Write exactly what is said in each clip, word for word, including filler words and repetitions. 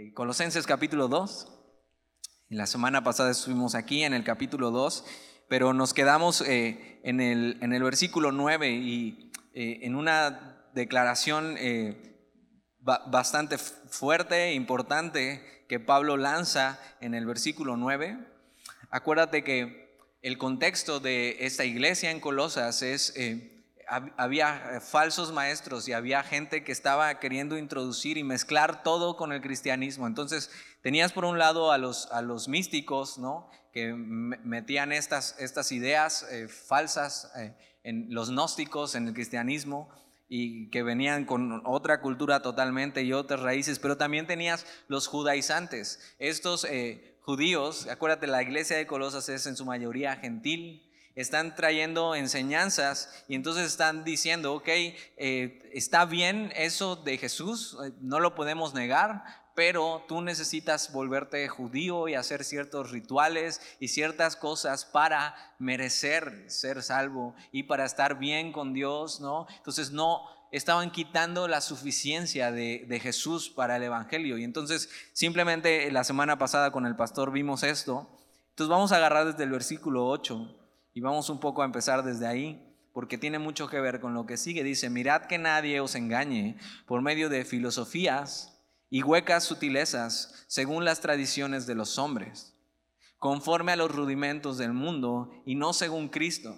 eh, Colosenses capítulo dos. La semana pasada estuvimos aquí en el capítulo dos, pero nos quedamos eh, en, el, en el versículo nueve y eh, en una declaración eh, ba- bastante fuerte e importante que Pablo lanza en el versículo nueve. Acuérdate que el contexto de esta iglesia en Colosas es... Eh, había falsos maestros y había gente que estaba queriendo introducir y mezclar todo con el cristianismo. Entonces tenías por un lado a los, a los místicos, ¿no?, que metían estas, estas ideas eh, falsas eh, en los gnósticos, en el cristianismo, y que venían con otra cultura totalmente y otras raíces. Pero también tenías los judaizantes, estos eh, judíos. Acuérdate, la iglesia de Colosas es en su mayoría gentil. Están trayendo enseñanzas y entonces están diciendo, ok, eh, está bien eso de Jesús, eh, no lo podemos negar, pero tú necesitas volverte judío y hacer ciertos rituales y ciertas cosas para merecer ser salvo y para estar bien con Dios, ¿no? Entonces no, estaban quitando la suficiencia de, de Jesús para el evangelio. Y entonces simplemente la semana pasada con el pastor vimos esto. Entonces vamos a agarrar desde el versículo ocho. Y vamos un poco a empezar desde ahí, porque tiene mucho que ver con lo que sigue. Dice: mirad que nadie os engañe por medio de filosofías y huecas sutilezas, según las tradiciones de los hombres, conforme a los rudimentos del mundo y no según Cristo.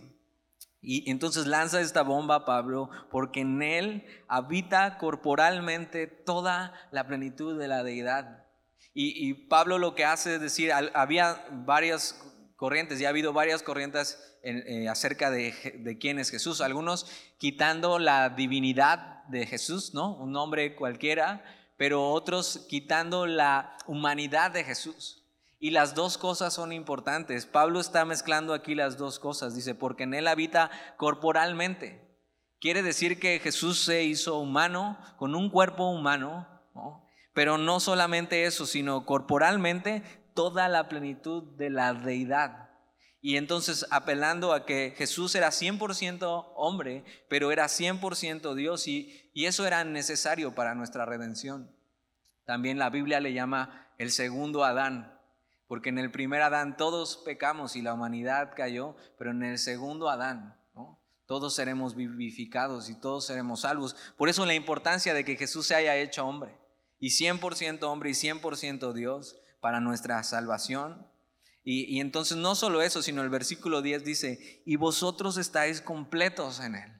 Y entonces lanza esta bomba Pablo, porque en él habita corporalmente toda la plenitud de la deidad. Y, y Pablo lo que hace es decir, había varias corrientes, ya ha habido varias corrientes en, eh, acerca de, de quién es Jesús. Algunos quitando la divinidad de Jesús, ¿no?, un nombre cualquiera, pero otros quitando la humanidad de Jesús. Y las dos cosas son importantes. Pablo está mezclando aquí las dos cosas. Dice, porque en él habita corporalmente. Quiere decir que Jesús se hizo humano, con un cuerpo humano, ¿no? Pero no solamente eso, sino corporalmente toda la plenitud de la deidad. Y entonces apelando a que Jesús era cien por ciento hombre, pero era cien por ciento Dios, y, y eso era necesario para nuestra redención. También la Biblia le llama el segundo Adán, porque en el primer Adán todos pecamos y la humanidad cayó, pero en el segundo Adán, ¿no?, todos seremos vivificados y todos seremos salvos. Por eso la importancia de que Jesús se haya hecho hombre, y cien por ciento hombre y cien por ciento Dios, para nuestra salvación. Y, y entonces no solo eso, sino el versículo diez dice, y vosotros estáis completos en él.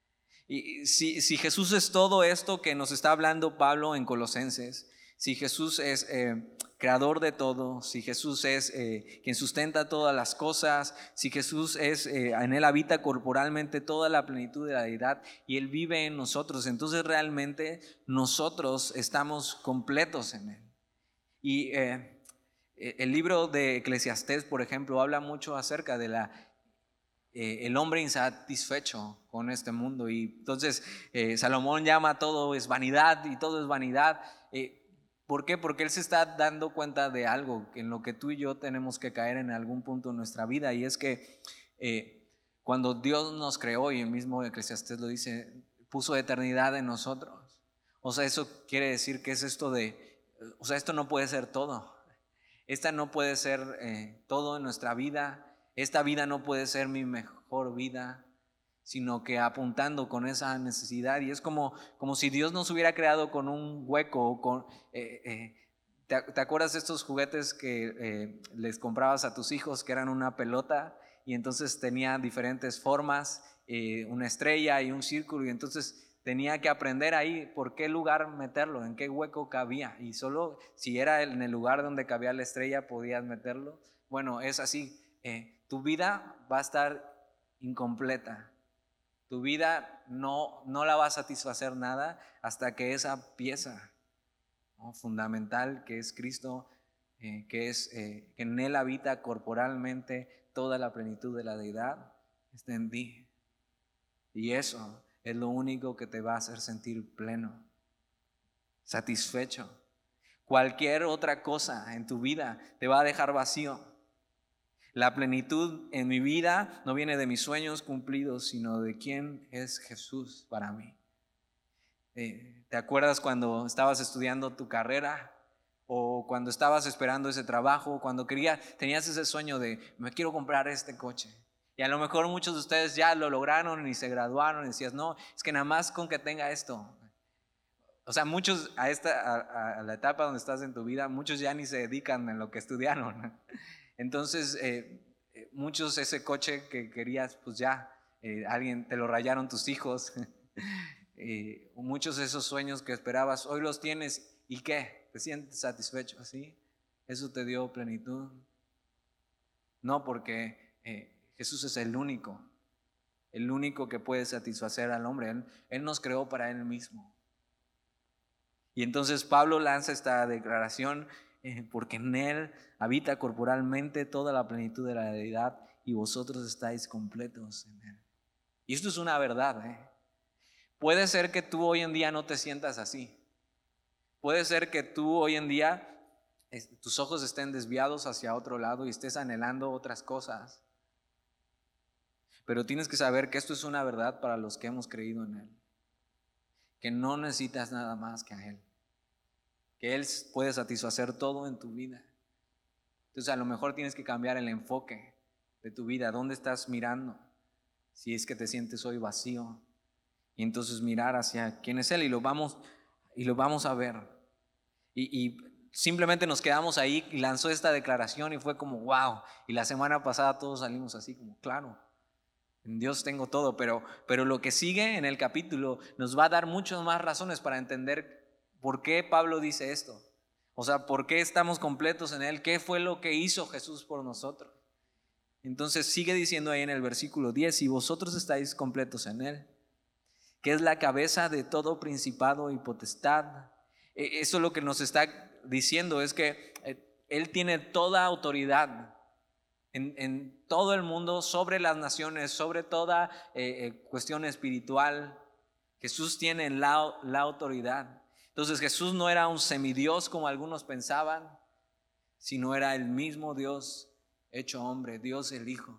Y si, si Jesús es todo esto que nos está hablando Pablo en Colosenses, si Jesús es eh, creador de todo, si Jesús es eh, quien sustenta todas las cosas, si Jesús es, eh, en él habita corporalmente toda la plenitud de la deidad y él vive en nosotros, entonces realmente nosotros estamos completos en él. Y eh, el libro de Eclesiastés, por ejemplo, habla mucho acerca de la Eh, el hombre insatisfecho con este mundo. Y entonces eh, Salomón llama todo es vanidad y todo es vanidad. Eh, ¿Por qué? Porque él se está dando cuenta de algo en lo que tú y yo tenemos que caer en algún punto en nuestra vida, y es que eh, cuando Dios nos creó, y el mismo Eclesiastés lo dice, puso eternidad en nosotros. O sea, eso quiere decir que es esto de, o sea, esto no puede ser todo. Esta no puede ser eh, todo en nuestra vida. Esta vida no puede ser mi mejor vida, sino que apuntando con esa necesidad. Y es como, como si Dios nos hubiera creado con un hueco. Con, eh, eh, ¿te, ¿Te acuerdas de estos juguetes que eh, les comprabas a tus hijos, que eran una pelota y entonces tenía diferentes formas, eh, una estrella y un círculo, y entonces tenía que aprender ahí por qué lugar meterlo, en qué hueco cabía, y solo si era en el lugar donde cabía la estrella podías meterlo? Bueno, es así. Eh, tu vida va a estar incompleta. Tu vida no, no la va a satisfacer nada hasta que esa pieza, ¿no?, fundamental, que es Cristo, eh, que es eh, que en él habita corporalmente toda la plenitud de la deidad, esté en ti. Y eso es lo único que te va a hacer sentir pleno, satisfecho. Cualquier otra cosa en tu vida te va a dejar vacío. La plenitud en mi vida no viene de mis sueños cumplidos, sino de quién es Jesús para mí. Eh, ¿Te acuerdas cuando estabas estudiando tu carrera? o cuando estabas esperando ese trabajo, cuando querías, tenías ese sueño de me quiero comprar este coche. Y a lo mejor muchos de ustedes ya lo lograron y se graduaron y decías, no, es que nada más con que tenga esto. O sea, muchos a, esta, a, a la etapa donde estás en tu vida, muchos ya ni se dedican en lo que estudiaron. Entonces, eh, muchos ese coche que querías, pues ya, eh, alguien te lo rayaron tus hijos. eh, muchos de esos sueños que esperabas, hoy los tienes. ¿Y qué? ¿Te sientes satisfecho así? ¿Eso te dio plenitud? No, porque eh, Jesús es el único, el único que puede satisfacer al hombre. Él, él nos creó para Él mismo. Y entonces Pablo lanza esta declaración, eh, porque en Él habita corporalmente toda la plenitud de la deidad y vosotros estáis completos en Él. Y esto es una verdad. ¿eh? Puede ser que tú hoy en día no te sientas así. Puede ser que tú hoy en día tus ojos estén desviados hacia otro lado y estés anhelando otras cosas. Pero tienes que saber que esto es una verdad para los que hemos creído en Él. Que no necesitas nada más que a Él. Que Él puede satisfacer todo en tu vida. Entonces a lo mejor tienes que cambiar el enfoque de tu vida. ¿Dónde estás mirando? Si es que te sientes hoy vacío. Y entonces mirar hacia quién es Él y lo vamos, y lo vamos a ver. Y, y simplemente nos quedamos ahí y lanzó esta declaración y fue como wow. Y la semana pasada todos salimos así como claro, en Dios tengo todo. Pero, pero lo que sigue en el capítulo nos va a dar muchas más razones para entender por qué Pablo dice esto. O sea, por qué estamos completos en Él. ¿Qué fue lo que hizo Jesús por nosotros? Entonces sigue diciendo ahí en el versículo diez, y vosotros estáis completos en Él, que es la cabeza de todo principado y potestad. Eso lo que nos está diciendo es que Él tiene toda autoridad en, en todo el mundo, sobre las naciones, sobre toda eh, eh, cuestión espiritual. Jesús tiene la, la autoridad. Entonces Jesús no era un semidios como algunos pensaban, sino era el mismo Dios hecho hombre, Dios el Hijo.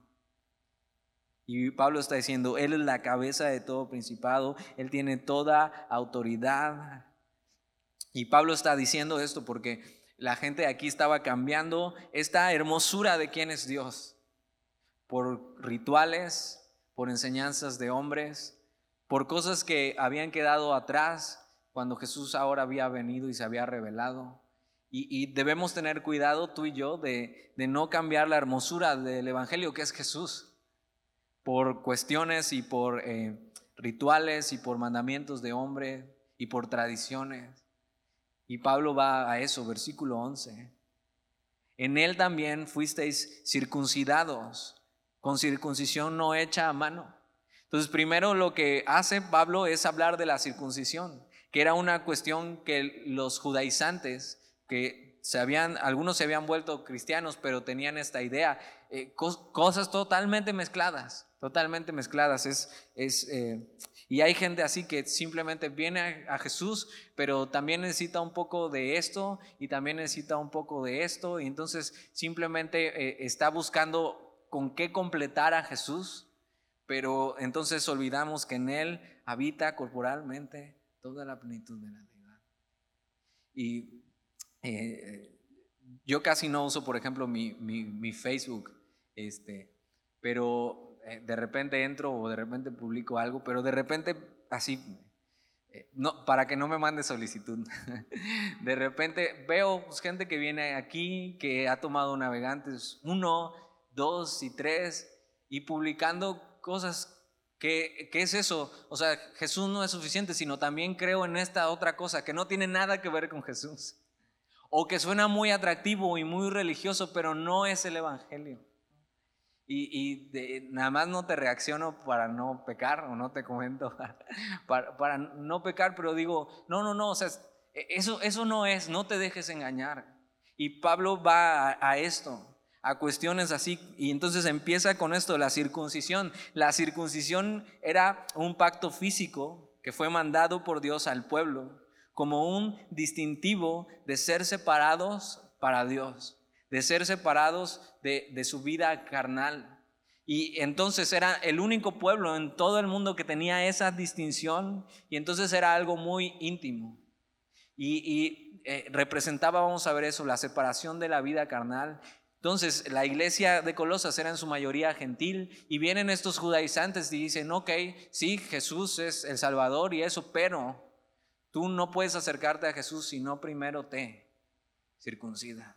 Y Pablo está diciendo, Él es la cabeza de todo principado, Él tiene toda autoridad. Y Pablo está diciendo esto porque la gente aquí estaba cambiando esta hermosura de quién es Dios por rituales, por enseñanzas de hombres, por cosas que habían quedado atrás cuando Jesús ahora había venido y se había revelado. Y, y debemos tener cuidado tú y yo de, de no cambiar la hermosura del evangelio que es Jesús por cuestiones y por eh, rituales y por mandamientos de hombre y por tradiciones. Y Pablo va a eso, versículo once. En Él también fuisteis circuncidados, con circuncisión no hecha a mano. Entonces primero lo que hace Pablo es hablar de la circuncisión, que era una cuestión que los judaizantes, que se habían, algunos se habían vuelto cristianos, pero tenían esta idea, eh, cos, cosas totalmente mezcladas, totalmente mezcladas. Es, es, eh, y hay gente así que simplemente viene a, a Jesús, pero también necesita un poco de esto y también necesita un poco de esto, y entonces simplemente eh, está buscando con qué completar a Jesús, pero entonces olvidamos que en Él habita corporalmente toda la plenitud de la deidad. Y Eh, yo casi no uso, por ejemplo, mi, mi, mi Facebook, este, pero eh, de repente entro o de repente publico algo, pero de repente así, eh, no, para que no me mande solicitud, de repente veo pues, gente que viene aquí, que ha tomado navegantes uno, dos y tres, y publicando cosas. ¿Qué, ¿Qué es eso? O sea, Jesús no es suficiente, sino también creo en esta otra cosa que no tiene nada que ver con Jesús. O que suena muy atractivo y muy religioso, pero no es el evangelio. Y, y de, nada más no te reacciono para no pecar, o no te comento para, para no pecar, pero digo, no, no, no, o sea, eso, eso no es, no te dejes engañar. Y Pablo va a, a esto, a cuestiones así, y entonces empieza con esto, la circuncisión. La circuncisión era un pacto físico que fue mandado por Dios al pueblo, como un distintivo de ser separados para Dios, de ser separados de, de su vida carnal. Y entonces era el único pueblo en todo el mundo que tenía esa distinción, y entonces era algo muy íntimo. Y, y eh, representaba, vamos a ver eso, la separación de la vida carnal. Entonces la iglesia de Colosas era en su mayoría gentil, y vienen estos judaizantes y dicen, ok, sí, Jesús es el Salvador y eso, pero tú no puedes acercarte a Jesús si no primero te circuncidas.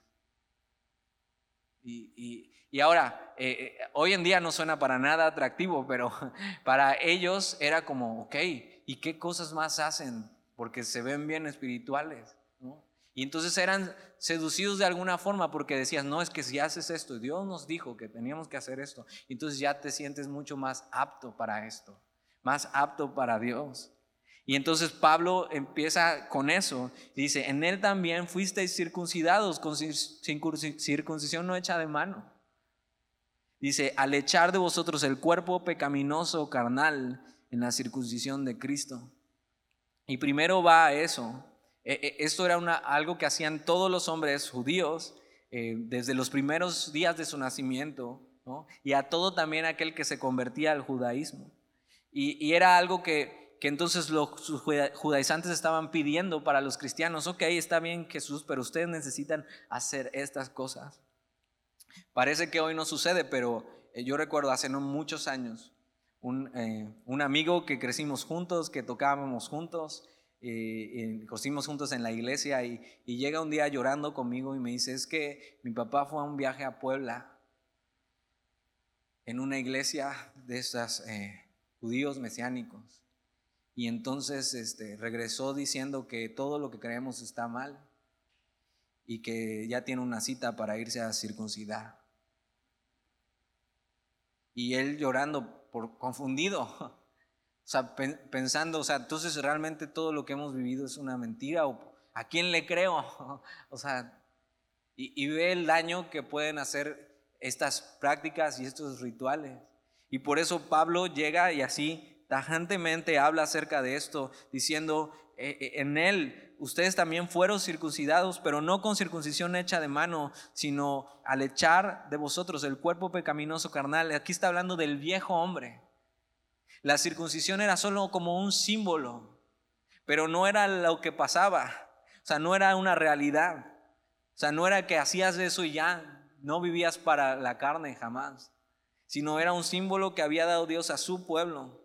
Y, y, y ahora, eh, hoy en día no suena para nada atractivo, pero para ellos era como, ok, ¿y qué cosas más hacen? Porque se ven bien espirituales, ¿no? Y entonces eran seducidos de alguna forma porque decían, no, es que si haces esto, Dios nos dijo que teníamos que hacer esto, entonces ya te sientes mucho más apto para esto, más apto para Dios. Y entonces Pablo empieza con eso, dice, en él también fuisteis circuncidados con circuncisión no hecha de mano. Dice, al echar de vosotros el cuerpo pecaminoso carnal en la circuncisión de Cristo. Y primero va a eso. Esto era una, algo que hacían todos los hombres judíos eh, desde los primeros días de su nacimiento, ¿no? Y a todo también aquel que se convertía al judaísmo. Y, y era algo que, que entonces los judaizantes estaban pidiendo para los cristianos. Ok, está bien Jesús, pero ustedes necesitan hacer estas cosas. Parece que hoy no sucede, pero eh, yo recuerdo hace no muchos años un, eh, un amigo que crecimos juntos, que tocábamos juntos, eh, eh, crecimos juntos en la iglesia, y, y llega un día llorando conmigo y me dice, es que mi papá fue a un viaje a Puebla en una iglesia de esas eh, judíos mesiánicos, y entonces este, regresó diciendo que todo lo que creemos está mal y que ya tiene una cita para irse a circuncidar. Y él llorando, por confundido, o sea, pensando, o sea, entonces realmente todo lo que hemos vivido es una mentira, o ¿a quién le creo? O sea, y, y ve el daño que pueden hacer estas prácticas y estos rituales. Y por eso Pablo llega y así tajantemente habla acerca de esto, diciendo, eh, en él ustedes también fueron circuncidados, pero no con circuncisión hecha de mano, sino al echar de vosotros el cuerpo pecaminoso carnal. Aquí está hablando del viejo hombre. La circuncisión era solo como un símbolo, pero no era lo que pasaba. O sea, no era una realidad. O sea, no era que hacías eso y ya no vivías para la carne jamás, sino era un símbolo que había dado Dios a su pueblo.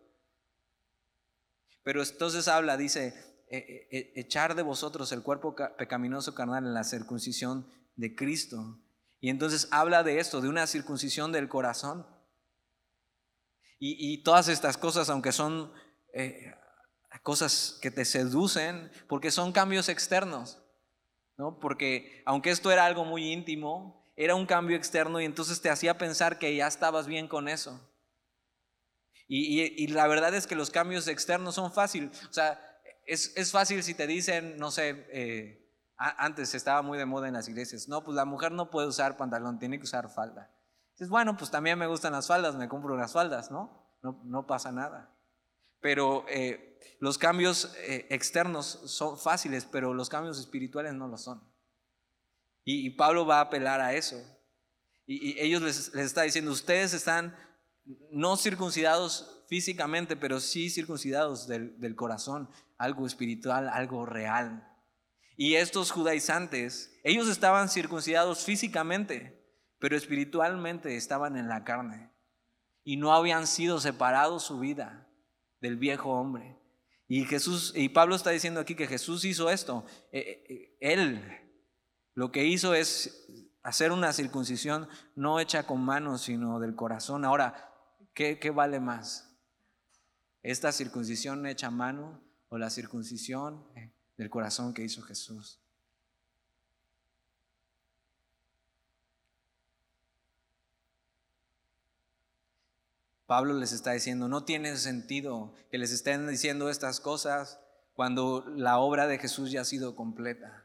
Pero entonces habla, dice, e- e- echar de vosotros el cuerpo pecaminoso carnal en la circuncisión de Cristo. Y entonces habla de esto, de una circuncisión del corazón. Y, y todas estas cosas, aunque son eh, cosas que te seducen, porque son cambios externos, ¿no? Porque aunque esto era algo muy íntimo, era un cambio externo, y entonces te hacía pensar que ya estabas bien con eso. Y, y, y la verdad es que los cambios externos son fáciles. O sea, es, es fácil si te dicen, no sé, eh, a, antes estaba muy de moda en las iglesias, no, pues la mujer no puede usar pantalón, tiene que usar falda. Dices, bueno, pues también me gustan las faldas, me compro las faldas, ¿no? No, no pasa nada. Pero eh, los cambios eh, externos son fáciles, pero los cambios espirituales no lo son. Y, y Pablo va a apelar a eso. Y, y ellos les, les está diciendo, ustedes están no circuncidados físicamente, pero sí circuncidados del, del corazón, algo espiritual, algo real. Y estos judaizantes, ellos estaban circuncidados físicamente, pero espiritualmente estaban en la carne y no habían sido separados su vida del viejo hombre. Y Jesús, y Pablo está diciendo aquí que Jesús hizo esto. Él lo que hizo es hacer una circuncisión no hecha con manos, sino del corazón. Ahora, ¿qué, qué vale más? ¿Esta circuncisión hecha a mano o la circuncisión del corazón que hizo Jesús? Pablo les está diciendo, no tiene sentido que les estén diciendo estas cosas cuando la obra de Jesús ya ha sido completa.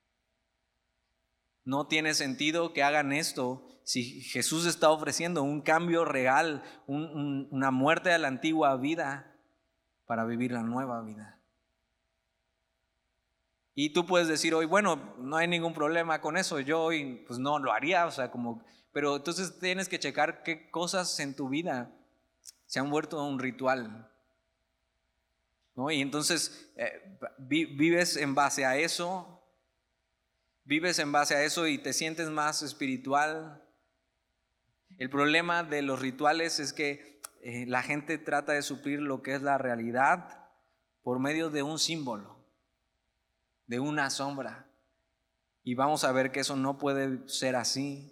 No tiene sentido que hagan esto si Jesús está ofreciendo un cambio real, un, un, una muerte a la antigua vida para vivir la nueva vida. Y tú puedes decir hoy, bueno, no hay ningún problema con eso, yo hoy pues no lo haría, o sea, como, pero entonces tienes que checar qué cosas en tu vida se han vuelto un ritual. ¿no? Y entonces eh, vi, vives en base a eso, vives en base a eso y te sientes más espiritual. El problema de los rituales es que eh, la gente trata de suplir lo que es la realidad por medio de un símbolo, de una sombra. Y vamos a ver que eso no puede ser así.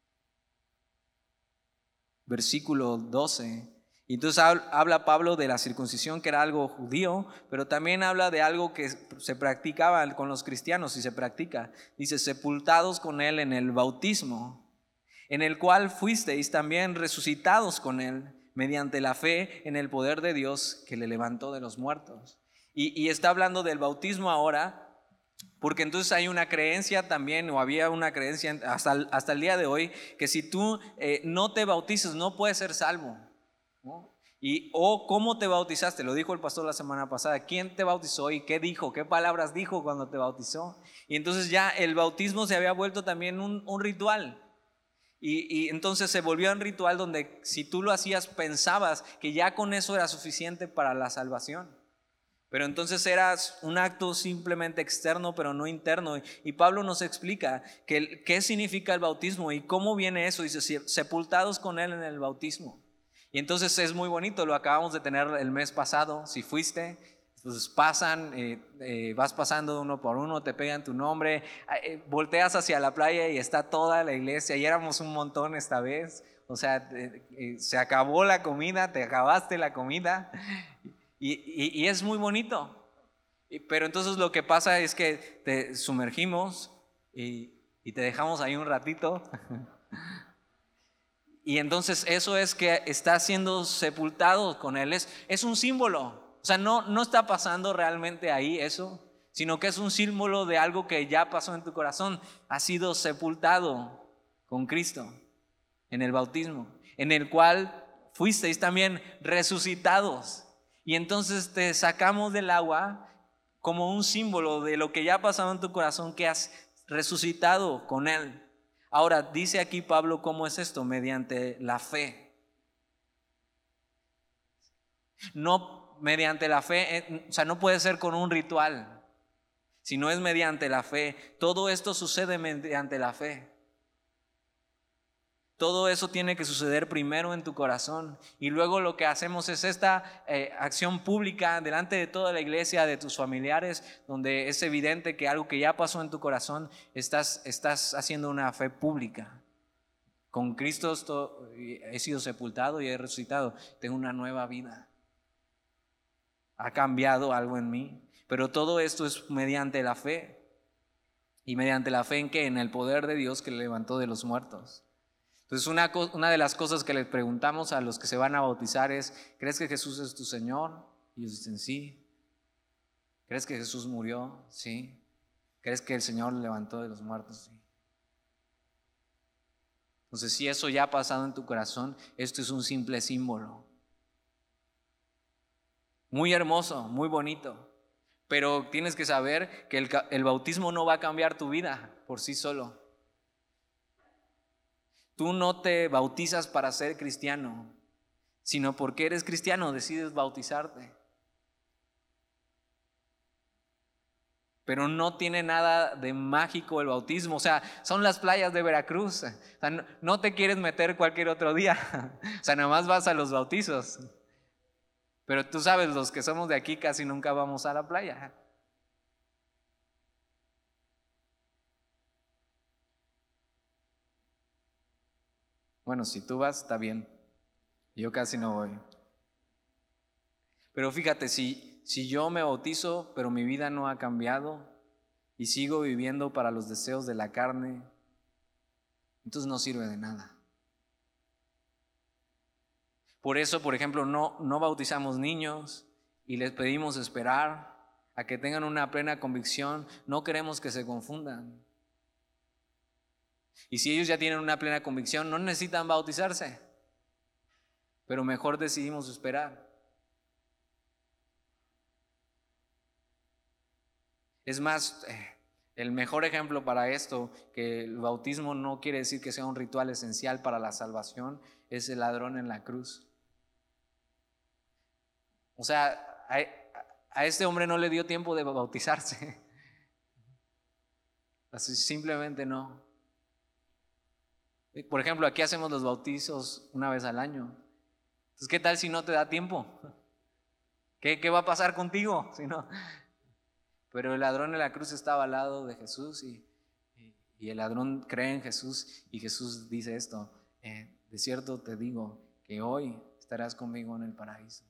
Versículo doce. Y entonces habla Pablo de la circuncisión, que era algo judío, pero también habla de algo que se practicaba con los cristianos y se practica. Dice, sepultados con él en el bautismo, en el cual fuisteis también resucitados con él mediante la fe en el poder de Dios que le levantó de los muertos. Y, y está hablando del bautismo ahora, porque entonces hay una creencia también, o había una creencia hasta, hasta el día de hoy, que si tú eh, no te bautizas no puedes ser salvo, ¿no? Y o cómo te bautizaste, lo dijo el pastor la semana pasada, quién te bautizó y qué dijo, qué palabras dijo cuando te bautizó. Y entonces ya el bautismo se había vuelto también un, un ritual. Y, y entonces se volvió un ritual donde si tú lo hacías pensabas que ya con eso era suficiente para la salvación. Pero entonces era un acto simplemente externo, pero no interno. Y Pablo nos explica que, qué significa el bautismo y cómo viene eso. Dice, sepultados con él en el bautismo. Y entonces es muy bonito, lo acabamos de tener el mes pasado. Si fuiste, pues pasan, eh, eh, vas pasando uno por uno, te pegan tu nombre, eh, volteas hacia la playa y está toda la iglesia. Y éramos un montón esta vez. O sea, eh, eh, se acabó la comida, te acabaste la comida. Y, y, y es muy bonito. Y, pero entonces lo que pasa es que te sumergimos y, y te dejamos ahí un ratito. Y entonces eso es que está siendo sepultado con él. Es, es un símbolo. O sea, no, no está pasando realmente ahí eso, sino que es un símbolo de algo que ya pasó en tu corazón. Has sido sepultado con Cristo en el bautismo, en el cual fuisteis también resucitados. Y entonces te sacamos del agua como un símbolo de lo que ya ha pasado en tu corazón, que has resucitado con él. Ahora, dice aquí Pablo cómo es esto, mediante la fe. No mediante la fe, o sea, no puede ser con un ritual, sino es mediante la fe. Todo esto sucede mediante la fe. Todo eso tiene que suceder primero en tu corazón y luego lo que hacemos es esta eh, acción pública delante de toda la iglesia, de tus familiares, donde es evidente que algo que ya pasó en tu corazón, estás, estás haciendo una fe pública. Con Cristo estoy, he sido sepultado y he resucitado, tengo una nueva vida. Ha cambiado algo en mí, pero todo esto es mediante la fe. ¿Y mediante la fe en qué? En el poder de Dios que le levantó de los muertos. Entonces una, una de las cosas que les preguntamos a los que se van a bautizar es, ¿crees que Jesús es tu Señor? Y ellos dicen, sí. ¿Crees que Jesús murió? Sí. ¿Crees que el Señor le levantó de los muertos? Sí. Entonces si eso ya ha pasado en tu corazón, esto es un simple símbolo. Muy hermoso, muy bonito. Pero tienes que saber que el, el bautismo no va a cambiar tu vida por sí solo. Tú no te bautizas para ser cristiano, sino porque eres cristiano decides bautizarte. Pero no tiene nada de mágico el bautismo. O sea, son las playas de Veracruz. O sea, no, no te quieres meter cualquier otro día. O sea, nada más vas a los bautizos. Pero tú sabes, los que somos de aquí casi nunca vamos a la playa. Bueno, si tú vas, está bien. Yo casi no voy. Pero fíjate, si, si yo me bautizo, pero mi vida no ha cambiado y sigo viviendo para los deseos de la carne, entonces no sirve de nada. Por eso, por ejemplo, no, no bautizamos niños y les pedimos esperar a que tengan una plena convicción. No queremos que se confundan. Y si ellos ya tienen una plena convicción, no necesitan bautizarse, pero mejor decidimos esperar. Es más, el mejor ejemplo para esto, que el bautismo no quiere decir que sea un ritual esencial para la salvación, es el ladrón en la cruz. O sea, hay, a este hombre no le dio tiempo de bautizarse. Así simplemente no. Por ejemplo, aquí hacemos los bautizos una vez al año. Entonces, ¿qué tal si no te da tiempo? ¿Qué, qué va a pasar contigo si no? Pero el ladrón en la cruz estaba al lado de Jesús y, y, y el ladrón cree en Jesús y Jesús dice esto, eh, de cierto te digo que hoy estarás conmigo en el paraíso.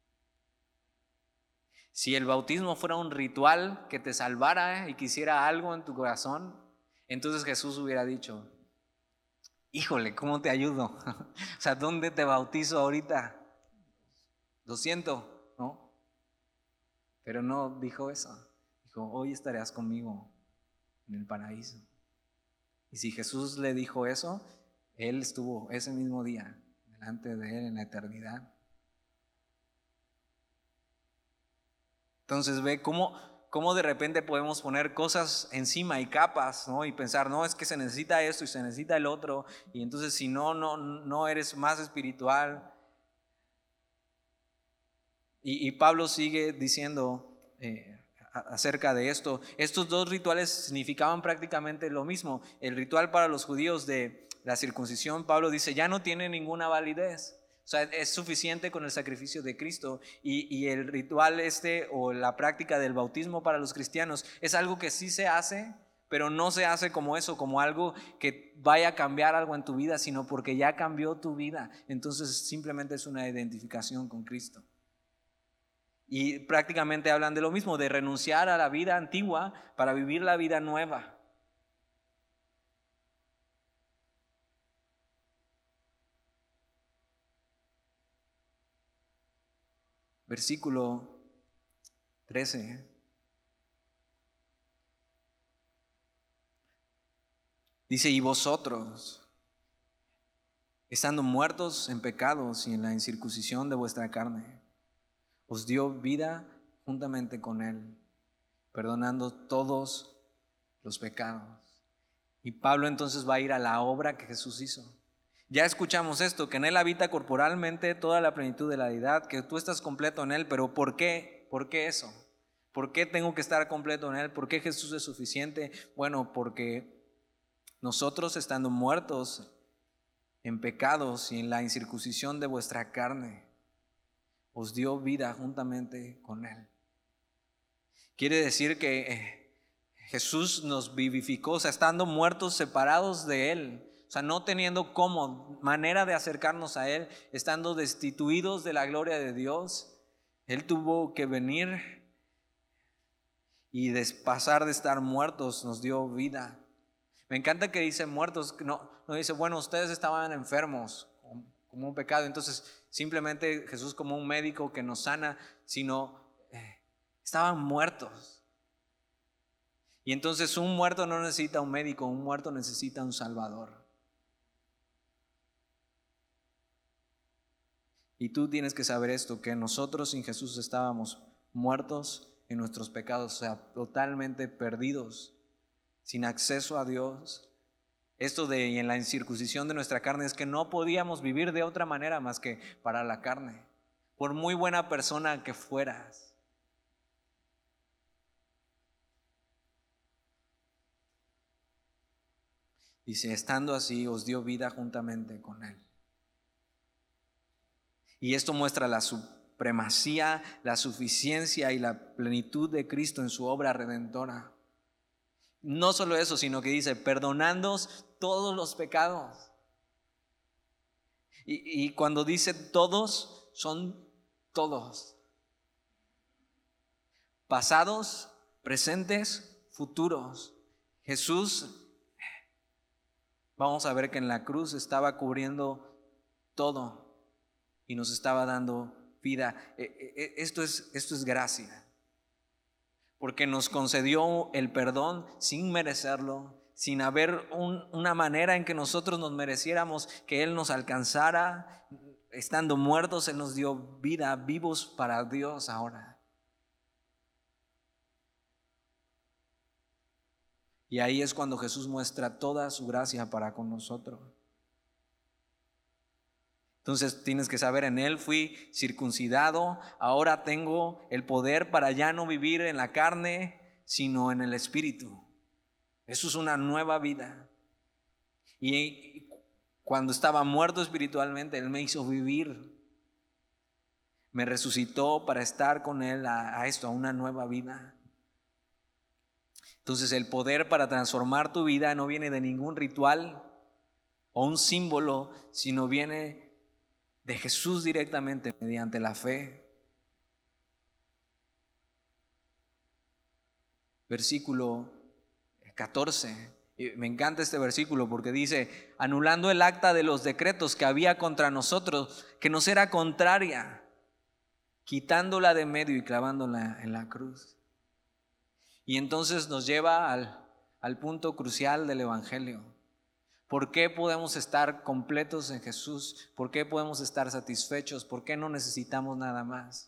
Si el bautismo fuera un ritual que te salvara y que hiciera algo en tu corazón, entonces Jesús hubiera dicho, híjole, ¿cómo te ayudo? O sea, ¿dónde te bautizo ahorita? Lo siento, ¿no? Pero no dijo eso. Dijo, hoy estarás conmigo en el paraíso. Y si Jesús le dijo eso, Él estuvo ese mismo día delante de Él en la eternidad. Entonces ve cómo, cómo de repente podemos poner cosas encima y capas, ¿no? Y pensar, no, es que se necesita esto y se necesita el otro. Y entonces si no, no, no eres más espiritual. Y, y Pablo sigue diciendo eh, acerca de esto. Estos dos rituales significaban prácticamente lo mismo. El ritual para los judíos de la circuncisión, Pablo dice, ya no tiene ninguna validez. O sea, es suficiente con el sacrificio de Cristo. Y, y el ritual este o la práctica del bautismo para los cristianos es algo que sí se hace, pero no se hace como eso, como algo que vaya a cambiar algo en tu vida, sino porque ya cambió tu vida. Entonces simplemente es una identificación con Cristo. Y prácticamente hablan de lo mismo, de renunciar a la vida antigua para vivir la vida nueva. Versículo trece. Dice, y vosotros, estando muertos en pecados y en la incircuncisión de vuestra carne, os dio vida juntamente con Él, perdonando todos los pecados. Y Pablo entonces va a ir a la obra que Jesús hizo. Ya escuchamos esto, que en Él habita corporalmente toda la plenitud de la deidad, que tú estás completo en Él, pero ¿por qué? ¿Por qué eso? ¿Por qué tengo que estar completo en Él? ¿Por qué Jesús es suficiente? Bueno, porque nosotros estando muertos en pecados y en la incircuncisión de vuestra carne, os dio vida juntamente con Él. Quiere decir que eh, Jesús nos vivificó, o sea, estando muertos separados de Él, o sea, no teniendo cómo, manera de acercarnos a Él, estando destituidos de la gloria de Dios, Él tuvo que venir y de pasar de estar muertos nos dio vida. Me encanta que dice muertos, no, no dice, bueno, ustedes estaban enfermos como un pecado, entonces simplemente Jesús como un médico que nos sana, sino eh, estaban muertos. Y entonces un muerto no necesita un médico, un muerto necesita un salvador. Y tú tienes que saber esto, que nosotros sin Jesús estábamos muertos en nuestros pecados, o sea, totalmente perdidos, sin acceso a Dios. Esto de y en la incircuncisión de nuestra carne es que no podíamos vivir de otra manera más que para la carne, por muy buena persona que fueras. Dice, estando así, os dio vida juntamente con Él. Y esto muestra la supremacía, la suficiencia y la plenitud de Cristo en su obra redentora. No solo eso, sino que dice, perdonándoos todos los pecados. Y, y cuando dice todos, son todos. Pasados, presentes, futuros. Jesús, vamos a ver que en la cruz estaba cubriendo todo y nos estaba dando vida. Esto es, esto es gracia. Porque nos concedió el perdón sin merecerlo, sin haber un, una manera en que nosotros nos mereciéramos que Él nos alcanzara. Estando muertos, Él nos dio vida, vivos para Dios ahora. Y ahí es cuando Jesús muestra toda su gracia para con nosotros. Entonces tienes que saber, en Él fui circuncidado, ahora tengo el poder para ya no vivir en la carne, sino en el Espíritu. Eso es una nueva vida. Y cuando estaba muerto espiritualmente, Él me hizo vivir. Me resucitó para estar con Él a, a esto, a una nueva vida. Entonces el poder para transformar tu vida no viene de ningún ritual o un símbolo, sino viene de Jesús directamente mediante la fe. Versículo catorce. Me encanta este versículo porque dice: anulando el acta de los decretos que había contra nosotros, que nos era contraria, quitándola de medio y clavándola en la cruz. Y entonces nos lleva al, al punto crucial del evangelio. ¿Por qué podemos estar completos en Jesús? ¿Por qué podemos estar satisfechos? ¿Por qué no necesitamos nada más?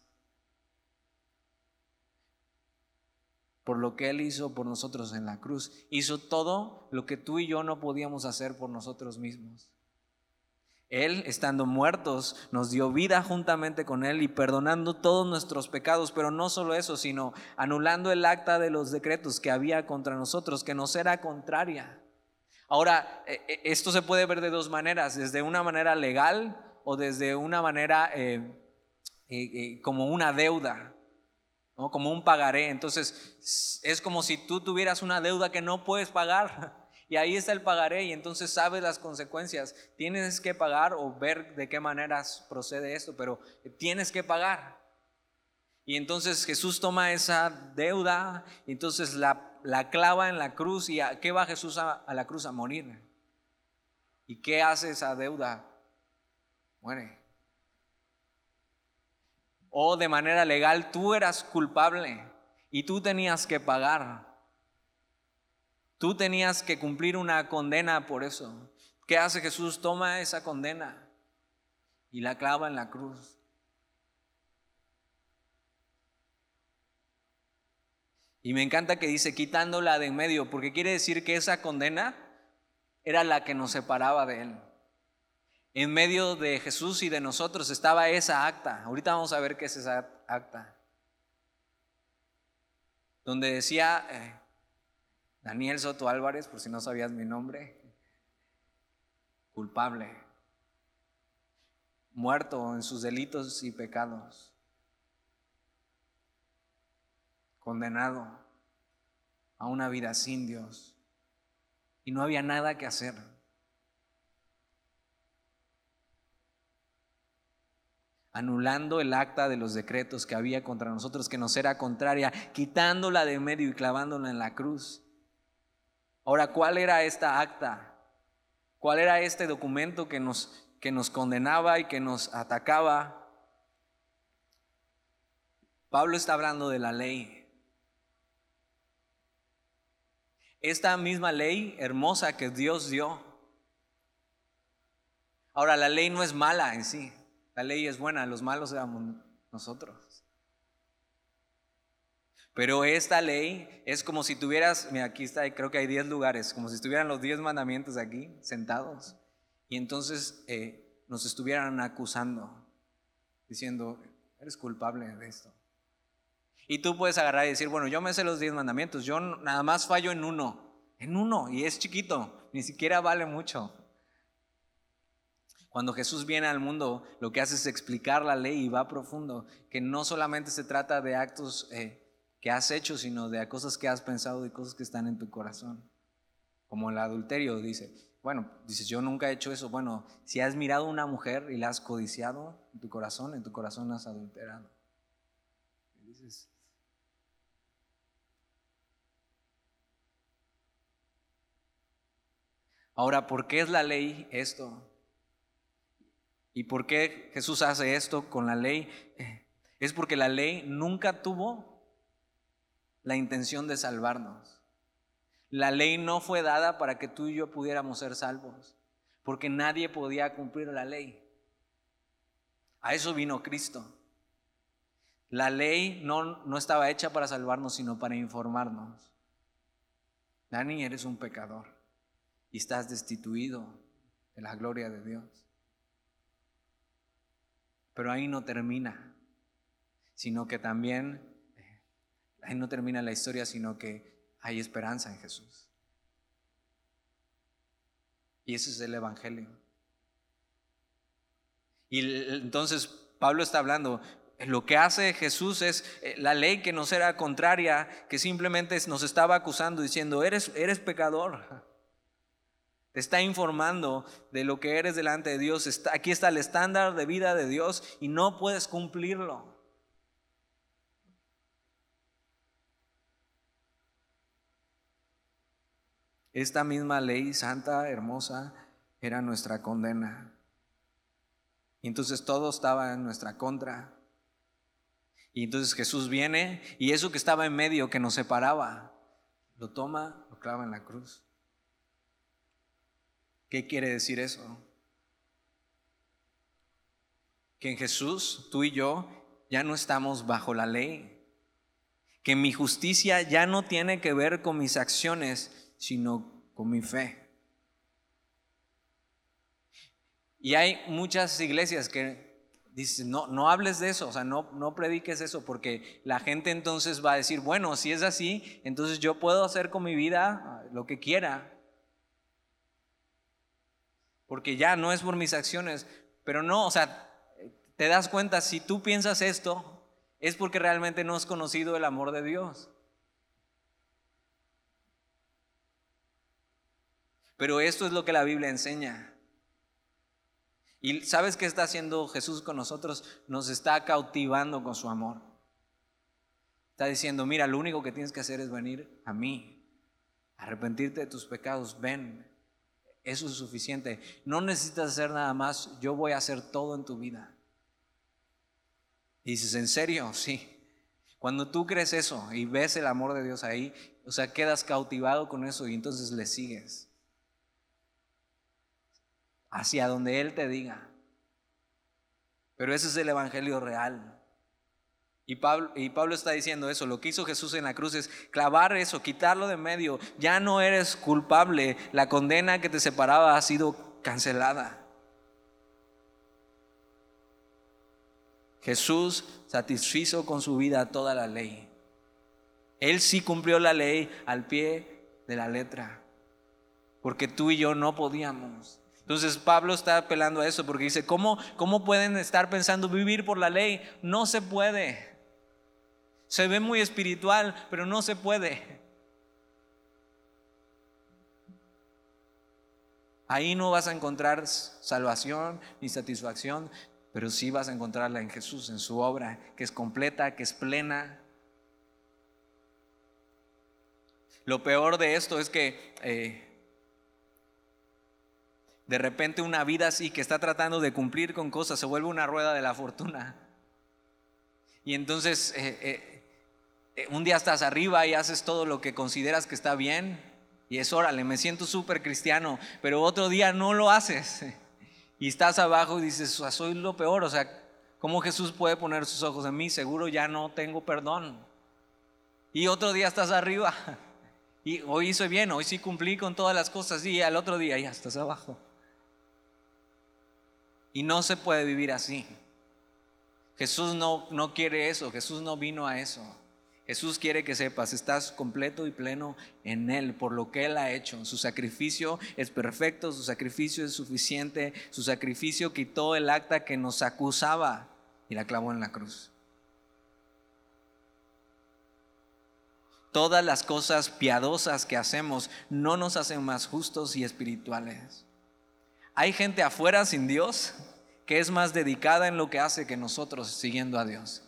Por lo que Él hizo por nosotros en la cruz. Hizo todo lo que tú y yo no podíamos hacer por nosotros mismos. Él, estando muertos, nos dio vida juntamente con Él y perdonando todos nuestros pecados, pero no solo eso, sino anulando el acta de los decretos que había contra nosotros, que nos era contraria. Ahora, esto se puede ver de dos maneras, desde una manera legal o desde una manera eh, eh, eh, como una deuda, ¿no? Como un pagaré. Entonces es como si tú tuvieras una deuda que no puedes pagar. Y ahí está el pagaré y entonces sabes las consecuencias. Tienes que pagar o ver de qué maneras procede esto, pero tienes que pagar. Y entonces Jesús toma esa deuda y entonces la, la clava en la cruz. ¿Y a qué va Jesús a, a la cruz? A morir. ¿Y qué hace esa deuda? Muere. O de manera legal tú eras culpable y tú tenías que pagar. Tú tenías que cumplir una condena por eso. ¿Qué hace Jesús? Toma esa condena y la clava en la cruz. Y me encanta que dice quitándola de en medio, porque quiere decir que esa condena era la que nos separaba de Él. En medio de Jesús y de nosotros estaba esa acta. Ahorita vamos a ver qué es esa acta. Donde decía eh, Daniel Soto Álvarez, por si no sabías mi nombre, culpable, muerto en sus delitos y pecados, condenado a una vida sin Dios. Y no había nada que hacer. Anulando el acta de los decretos que había contra nosotros, que nos era contraria, quitándola de medio y clavándola en la cruz. Ahora, ¿cuál era esta acta? ¿Cuál era este documento que nos, que nos condenaba y que nos atacaba? Pablo está hablando de la ley. Esta misma ley hermosa que Dios dio. Ahora, la ley no es mala en sí. La ley es buena, los malos éramos nosotros. Pero esta ley es como si tuvieras, mira, aquí está, creo que hay diez lugares, como si estuvieran los diez mandamientos aquí sentados. Y entonces eh, nos estuvieran acusando, diciendo, eres culpable de esto. Y tú puedes agarrar y decir, bueno, yo me sé los diez mandamientos, yo nada más fallo en uno, en uno, y es chiquito, ni siquiera vale mucho. Cuando Jesús viene al mundo, lo que hace es explicar la ley y va profundo, que no solamente se trata de actos eh, que has hecho, sino de cosas que has pensado y cosas que están en tu corazón. Como el adulterio, dice, bueno, dices, yo nunca he hecho eso. Bueno, si has mirado a una mujer y la has codiciado en tu corazón, en tu corazón la has adulterado. Y dices, ahora, ¿por qué es la ley esto? ¿Y por qué Jesús hace esto con la ley? Es porque la ley nunca tuvo la intención de salvarnos. La ley no fue dada para que tú y yo pudiéramos ser salvos, porque nadie podía cumplir la ley. A eso vino Cristo. La ley no, no estaba hecha para salvarnos, sino para informarnos. Dani, eres un pecador y estás destituido de la gloria de Dios. Pero ahí no termina, sino que también, ahí no termina la historia, sino que hay esperanza en Jesús. Y ese es el Evangelio. Y entonces Pablo está hablando, lo que hace Jesús es la ley que nos era contraria, que simplemente nos estaba acusando, diciendo, eres, eres pecador. Te está informando de lo que eres delante de Dios. Está, aquí está el estándar de vida de Dios y no puedes cumplirlo. Esta misma ley santa, hermosa, era nuestra condena. Y entonces todo estaba en nuestra contra. Y entonces Jesús viene y eso que estaba en medio, que nos separaba, lo toma, lo clava en la cruz. ¿Qué quiere decir eso? Que en Jesús, tú y yo, ya no estamos bajo la ley. Que mi justicia ya no tiene que ver con mis acciones, sino con mi fe. Y hay muchas iglesias que dicen, no, no hables de eso, o sea, no, no prediques eso, porque la gente entonces va a decir, bueno, si es así, entonces yo puedo hacer con mi vida lo que quiera. Porque ya no es por mis acciones, pero no, o sea, te das cuenta, si tú piensas esto, es porque realmente no has conocido el amor de Dios. Pero esto es lo que la Biblia enseña. ¿Y sabes qué está haciendo Jesús con nosotros? Nos está cautivando con su amor. Está diciendo, mira, lo único que tienes que hacer es venir a mí, arrepentirte de tus pecados, ven. Eso es suficiente. No necesitas hacer nada más. Yo voy a hacer todo en tu vida. Y dices, ¿en serio? Sí. Cuando tú crees eso y ves el amor de Dios ahí, o sea, quedas cautivado con eso y entonces le sigues hacia donde Él te diga. Pero ese es el Evangelio real. Y Pablo, y Pablo está diciendo eso, lo que hizo Jesús en la cruz es clavar eso, quitarlo de medio. Ya no eres culpable, la condena que te separaba ha sido cancelada. Jesús satisfizo con su vida toda la ley. Él sí cumplió la ley al pie de la letra, porque tú y yo no podíamos. Entonces Pablo está apelando a eso porque dice, ¿cómo, cómo pueden estar pensando vivir por la ley? No se puede. Se ve muy espiritual, pero no se puede. Ahí no vas a encontrar salvación ni satisfacción, pero sí vas a encontrarla en Jesús, en su obra, que es completa, que es plena. Lo peor de esto es que eh, de repente una vida así que está tratando de cumplir con cosas se vuelve una rueda de la fortuna. Y entonces eh, eh, un día estás arriba y haces todo lo que consideras que está bien y es órale, me siento súper cristiano, pero otro día no lo haces y estás abajo y dices, soy lo peor, o sea, ¿cómo Jesús puede poner sus ojos en mí? Seguro ya no tengo perdón. Y otro día estás arriba y hoy hice bien, hoy sí cumplí con todas las cosas y al otro día ya estás abajo. Y no se puede vivir así. Jesús no, no quiere eso, Jesús no vino a eso. Jesús quiere que sepas, estás completo y pleno en Él, por lo que Él ha hecho. Su sacrificio es perfecto, su sacrificio es suficiente, su sacrificio quitó el acta que nos acusaba y la clavó en la cruz. Todas las cosas piadosas que hacemos no nos hacen más justos y espirituales. Hay gente afuera sin Dios que es más dedicada en lo que hace que nosotros siguiendo a Dios.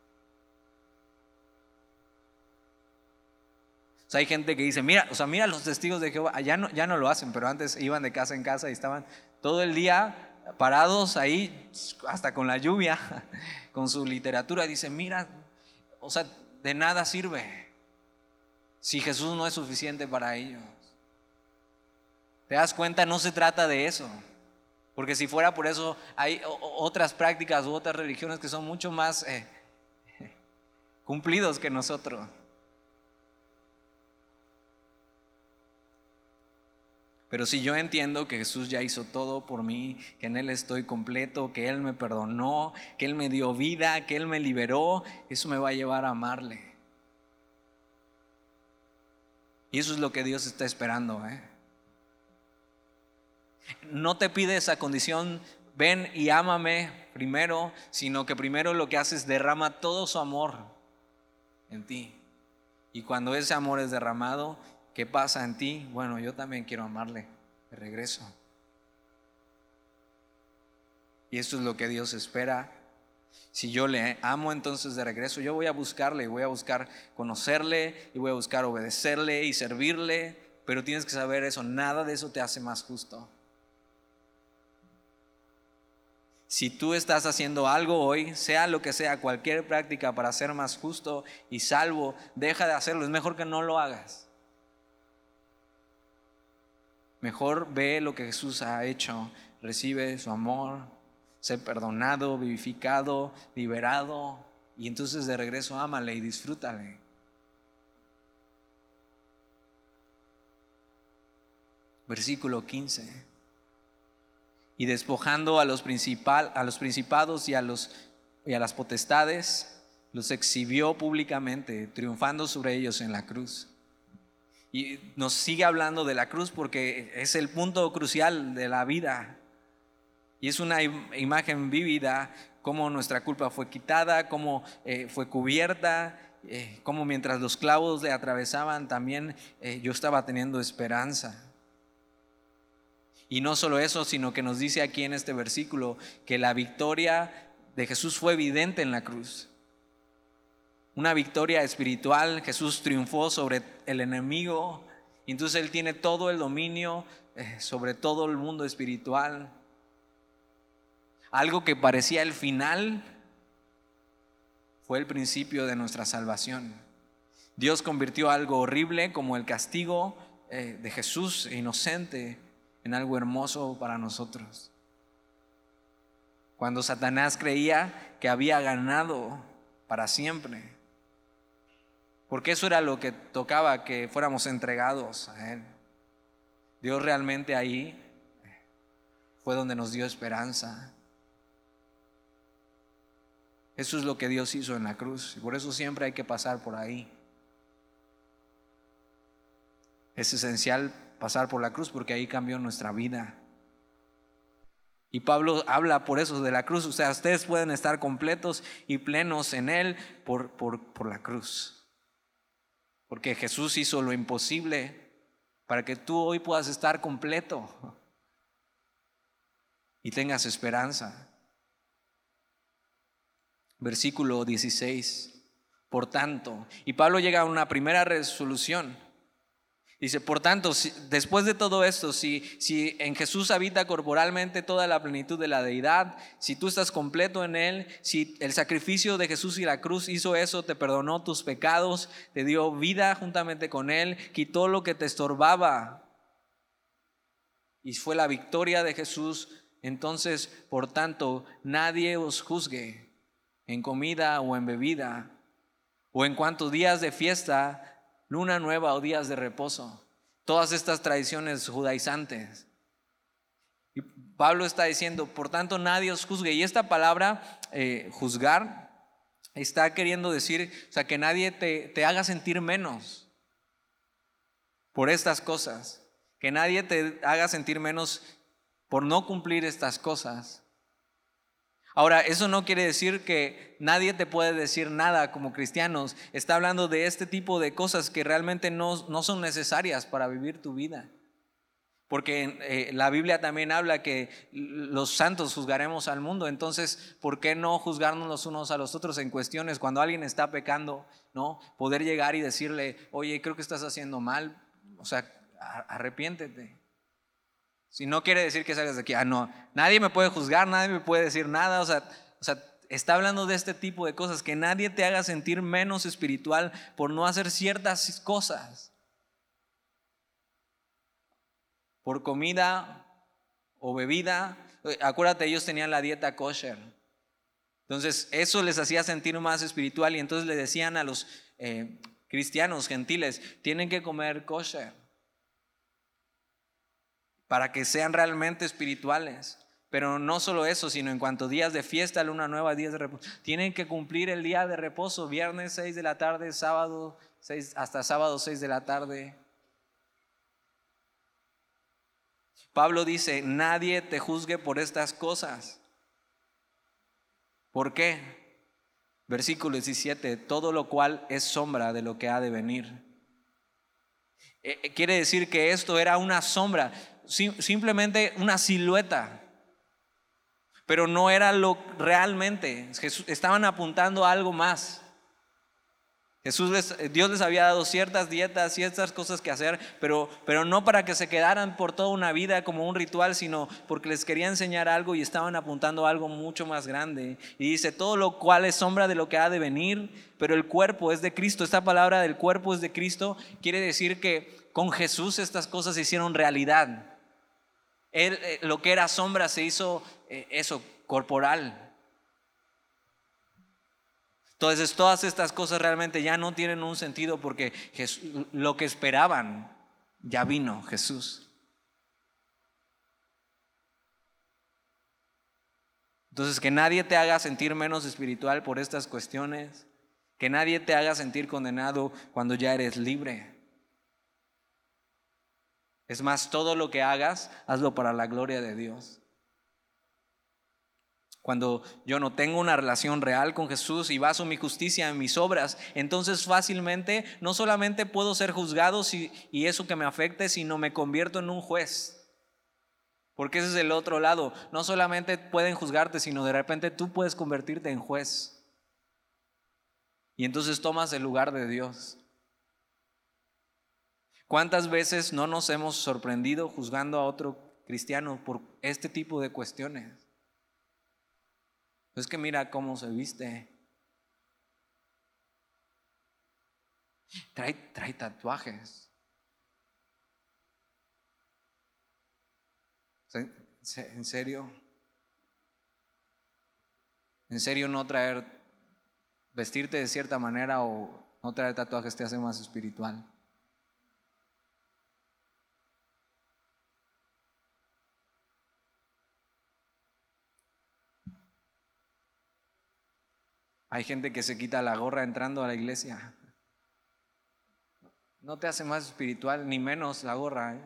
O sea, hay gente que dice, mira, o sea, mira los testigos de Jehová, ya no, ya no lo hacen, pero antes iban de casa en casa y estaban todo el día parados ahí, hasta con la lluvia, con su literatura. Dice, mira, o sea, de nada sirve si Jesús no es suficiente para ellos. ¿Te das cuenta? No se trata de eso. Porque si fuera por eso, hay otras prácticas u otras religiones que son mucho más eh, cumplidos que nosotros. Pero si yo entiendo que Jesús ya hizo todo por mí, que en Él estoy completo, que Él me perdonó, que Él me dio vida, que Él me liberó, eso me va a llevar a amarle. Y eso es lo que Dios está esperando, ¿eh? No te pide esa condición, ven y ámame primero, sino que primero lo que hace es derrama todo su amor en ti. Y cuando ese amor es derramado, ¿qué pasa en ti? Bueno, yo también quiero amarle de regreso. Y eso es lo que Dios espera. Si yo le amo entonces de regreso, yo voy a buscarle, voy a buscar conocerle y voy a buscar obedecerle y servirle. Pero tienes que saber eso, nada de eso te hace más justo. Si tú estás haciendo algo hoy, sea lo que sea, cualquier práctica para ser más justo y salvo, deja de hacerlo, es mejor que no lo hagas. Mejor ve lo que Jesús ha hecho, recibe su amor, sé perdonado, vivificado, liberado, y entonces de regreso ámale y disfrútale. Versículo quince. Y despojando a los, principal, a los principados y a, los, y a las potestades, los exhibió públicamente, triunfando sobre ellos en la cruz. Y nos sigue hablando de la cruz porque es el punto crucial de la vida. Y es una imagen vívida, cómo nuestra culpa fue quitada, cómo eh, fue cubierta, eh, cómo mientras los clavos le atravesaban también eh, yo estaba teniendo esperanza. Y no solo eso, sino que nos dice aquí en este versículo que la victoria de Jesús fue evidente en la cruz. Una victoria espiritual. Jesús triunfó sobre el enemigo y entonces Él tiene todo el dominio eh, sobre todo el mundo espiritual. Algo que parecía el final fue el principio de nuestra salvación. Dios convirtió algo horrible como el castigo eh, de Jesús inocente en algo hermoso para nosotros. Cuando Satanás creía que había ganado para siempre, porque eso era lo que tocaba, que fuéramos entregados a Él. Dios realmente ahí fue donde nos dio esperanza. Eso es lo que Dios hizo en la cruz, y por eso siempre hay que pasar por ahí. Es esencial pasar por la cruz porque ahí cambió nuestra vida. Y Pablo habla por eso de la cruz. O sea, ustedes pueden estar completos y plenos en Él por, por, por la cruz. Porque Jesús hizo lo imposible para que tú hoy puedas estar completo y tengas esperanza. Versículo dieciséis. Por tanto, y Pablo llega a una primera resolución. Dice, por tanto, si, después de todo esto, si, si en Jesús habita corporalmente toda la plenitud de la deidad, si tú estás completo en Él, si el sacrificio de Jesús y la cruz hizo eso, te perdonó tus pecados, te dio vida juntamente con Él, quitó lo que te estorbaba y fue la victoria de Jesús, entonces, por tanto, nadie os juzgue en comida o en bebida, o en cuantos días de fiesta, luna nueva o días de reposo. Todas estas tradiciones judaizantes. Y Pablo está diciendo, por tanto nadie os juzgue. Y esta palabra, eh, juzgar, está queriendo decir, o sea, que nadie te, te haga sentir menos por estas cosas. Que nadie te haga sentir menos por no cumplir estas cosas. Ahora, eso no quiere decir que nadie te puede decir nada como cristianos. Está hablando de este tipo de cosas que realmente no, no son necesarias para vivir tu vida. Porque eh, la Biblia también habla que los santos juzgaremos al mundo. Entonces, ¿por qué no juzgarnos los unos a los otros en cuestiones cuando alguien está pecando? ¿No? Poder llegar y decirle, oye, creo que estás haciendo mal. O sea, arrepiéntete. Si no quiere decir que salgas de aquí, ah, no, nadie me puede juzgar, nadie me puede decir nada. O sea, o sea, está hablando de este tipo de cosas, que nadie te haga sentir menos espiritual por no hacer ciertas cosas. Por comida o bebida. Acuérdate, ellos tenían la dieta kosher. Entonces, eso les hacía sentir más espiritual y entonces le decían a los eh, cristianos gentiles, tienen que comer kosher. para que sean realmente espirituales. Pero no solo eso, sino en cuanto días de fiesta, luna nueva, días de reposo, tienen que cumplir el día de reposo, viernes seis de la tarde, sábado seis, hasta sábado seis de la tarde. Pablo dice, nadie te juzgue por estas cosas. ¿Por qué? Versículo diecisiete, todo lo cual es sombra de lo que ha de venir. Eh, quiere decir que esto era una sombra, sim- simplemente una silueta. Pero no era lo realmente. Jesús, estaban apuntando a algo más. Jesús les, Dios les había dado ciertas dietas, ciertas cosas que hacer, pero, pero no para que se quedaran por toda una vida como un ritual, sino porque les quería enseñar algo y estaban apuntando a algo mucho más grande. Y dice, todo lo cual es sombra de lo que ha de venir, pero el cuerpo es de Cristo. Esta palabra del cuerpo es de Cristo quiere decir que con Jesús estas cosas se hicieron realidad. Él, eh, lo que era sombra se hizo eh, eso, corporal. Entonces todas estas cosas realmente ya no tienen un sentido porque Jesús, lo que esperaban ya vino Jesús. Entonces que nadie te haga sentir menos espiritual por estas cuestiones, que nadie te haga sentir condenado cuando ya eres libre. Es más, todo lo que hagas, hazlo para la gloria de Dios. Cuando yo no tengo una relación real con Jesús y baso mi justicia en mis obras, entonces fácilmente no solamente puedo ser juzgado si, y eso que me afecte, sino me convierto en un juez. Porque ese es el otro lado. No solamente pueden juzgarte, sino de repente tú puedes convertirte en juez. Y entonces tomas el lugar de Dios. ¿Cuántas veces no nos hemos sorprendido juzgando a otro cristiano por este tipo de cuestiones? Es que mira cómo se viste. Trae, trae tatuajes. ¿En serio? ¿En serio no traer, vestirte de cierta manera o no traer tatuajes te hace más espiritual? Hay gente que se quita la gorra entrando a la iglesia. No te hace más espiritual ni menos la gorra, ¿eh?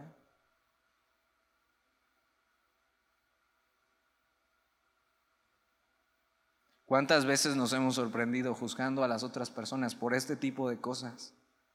¿Cuántas veces nos hemos sorprendido juzgando a las otras personas por este tipo de cosas?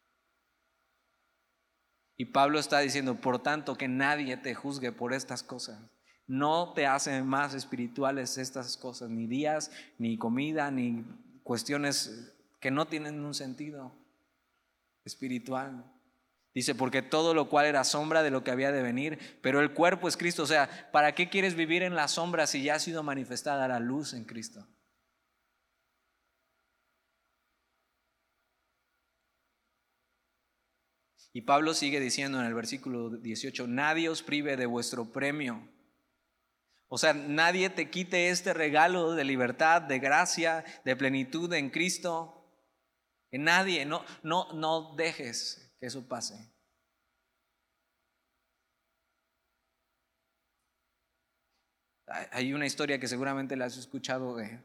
Y Pablo está diciendo, por tanto, que nadie te juzgue por estas cosas. No te hacen más espirituales estas cosas, ni días, ni comida, ni cuestiones que no tienen un sentido espiritual. Dice, porque todo lo cual era sombra de lo que había de venir, pero el cuerpo es Cristo. O sea, ¿para qué quieres vivir en la sombra si ya ha sido manifestada la luz en Cristo? Y Pablo sigue diciendo en el versículo dieciocho, nadie os prive de vuestro premio. O sea, nadie te quite este regalo de libertad, de gracia, de plenitud en Cristo. Que nadie, no, no, no dejes que eso pase. Hay una historia que seguramente la has escuchado de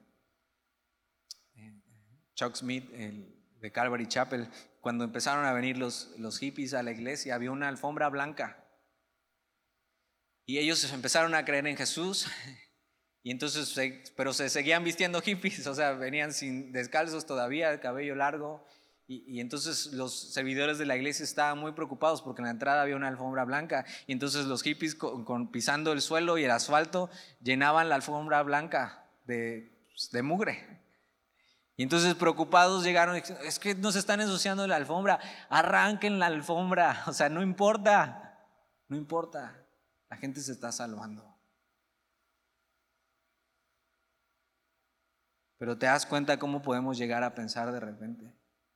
Chuck Smith, el de Calvary Chapel. Cuando empezaron a venir los, los hippies a la iglesia, había una alfombra blanca. Y ellos empezaron a creer en Jesús. Y entonces, pero se seguían vistiendo hippies, o sea, venían sin descalzos todavía, el cabello largo. Y, y entonces los servidores de la iglesia estaban muy preocupados porque en la entrada había una alfombra blanca. Y entonces los hippies con, con, pisando el suelo y el asfalto llenaban la alfombra blanca de, de mugre. Y entonces preocupados llegaron y dijeron, es que nos están ensuciando la alfombra, arranquen la alfombra, o sea, no importa, no importa, la gente se está salvando. Pero te das cuenta cómo podemos llegar a pensar de repente.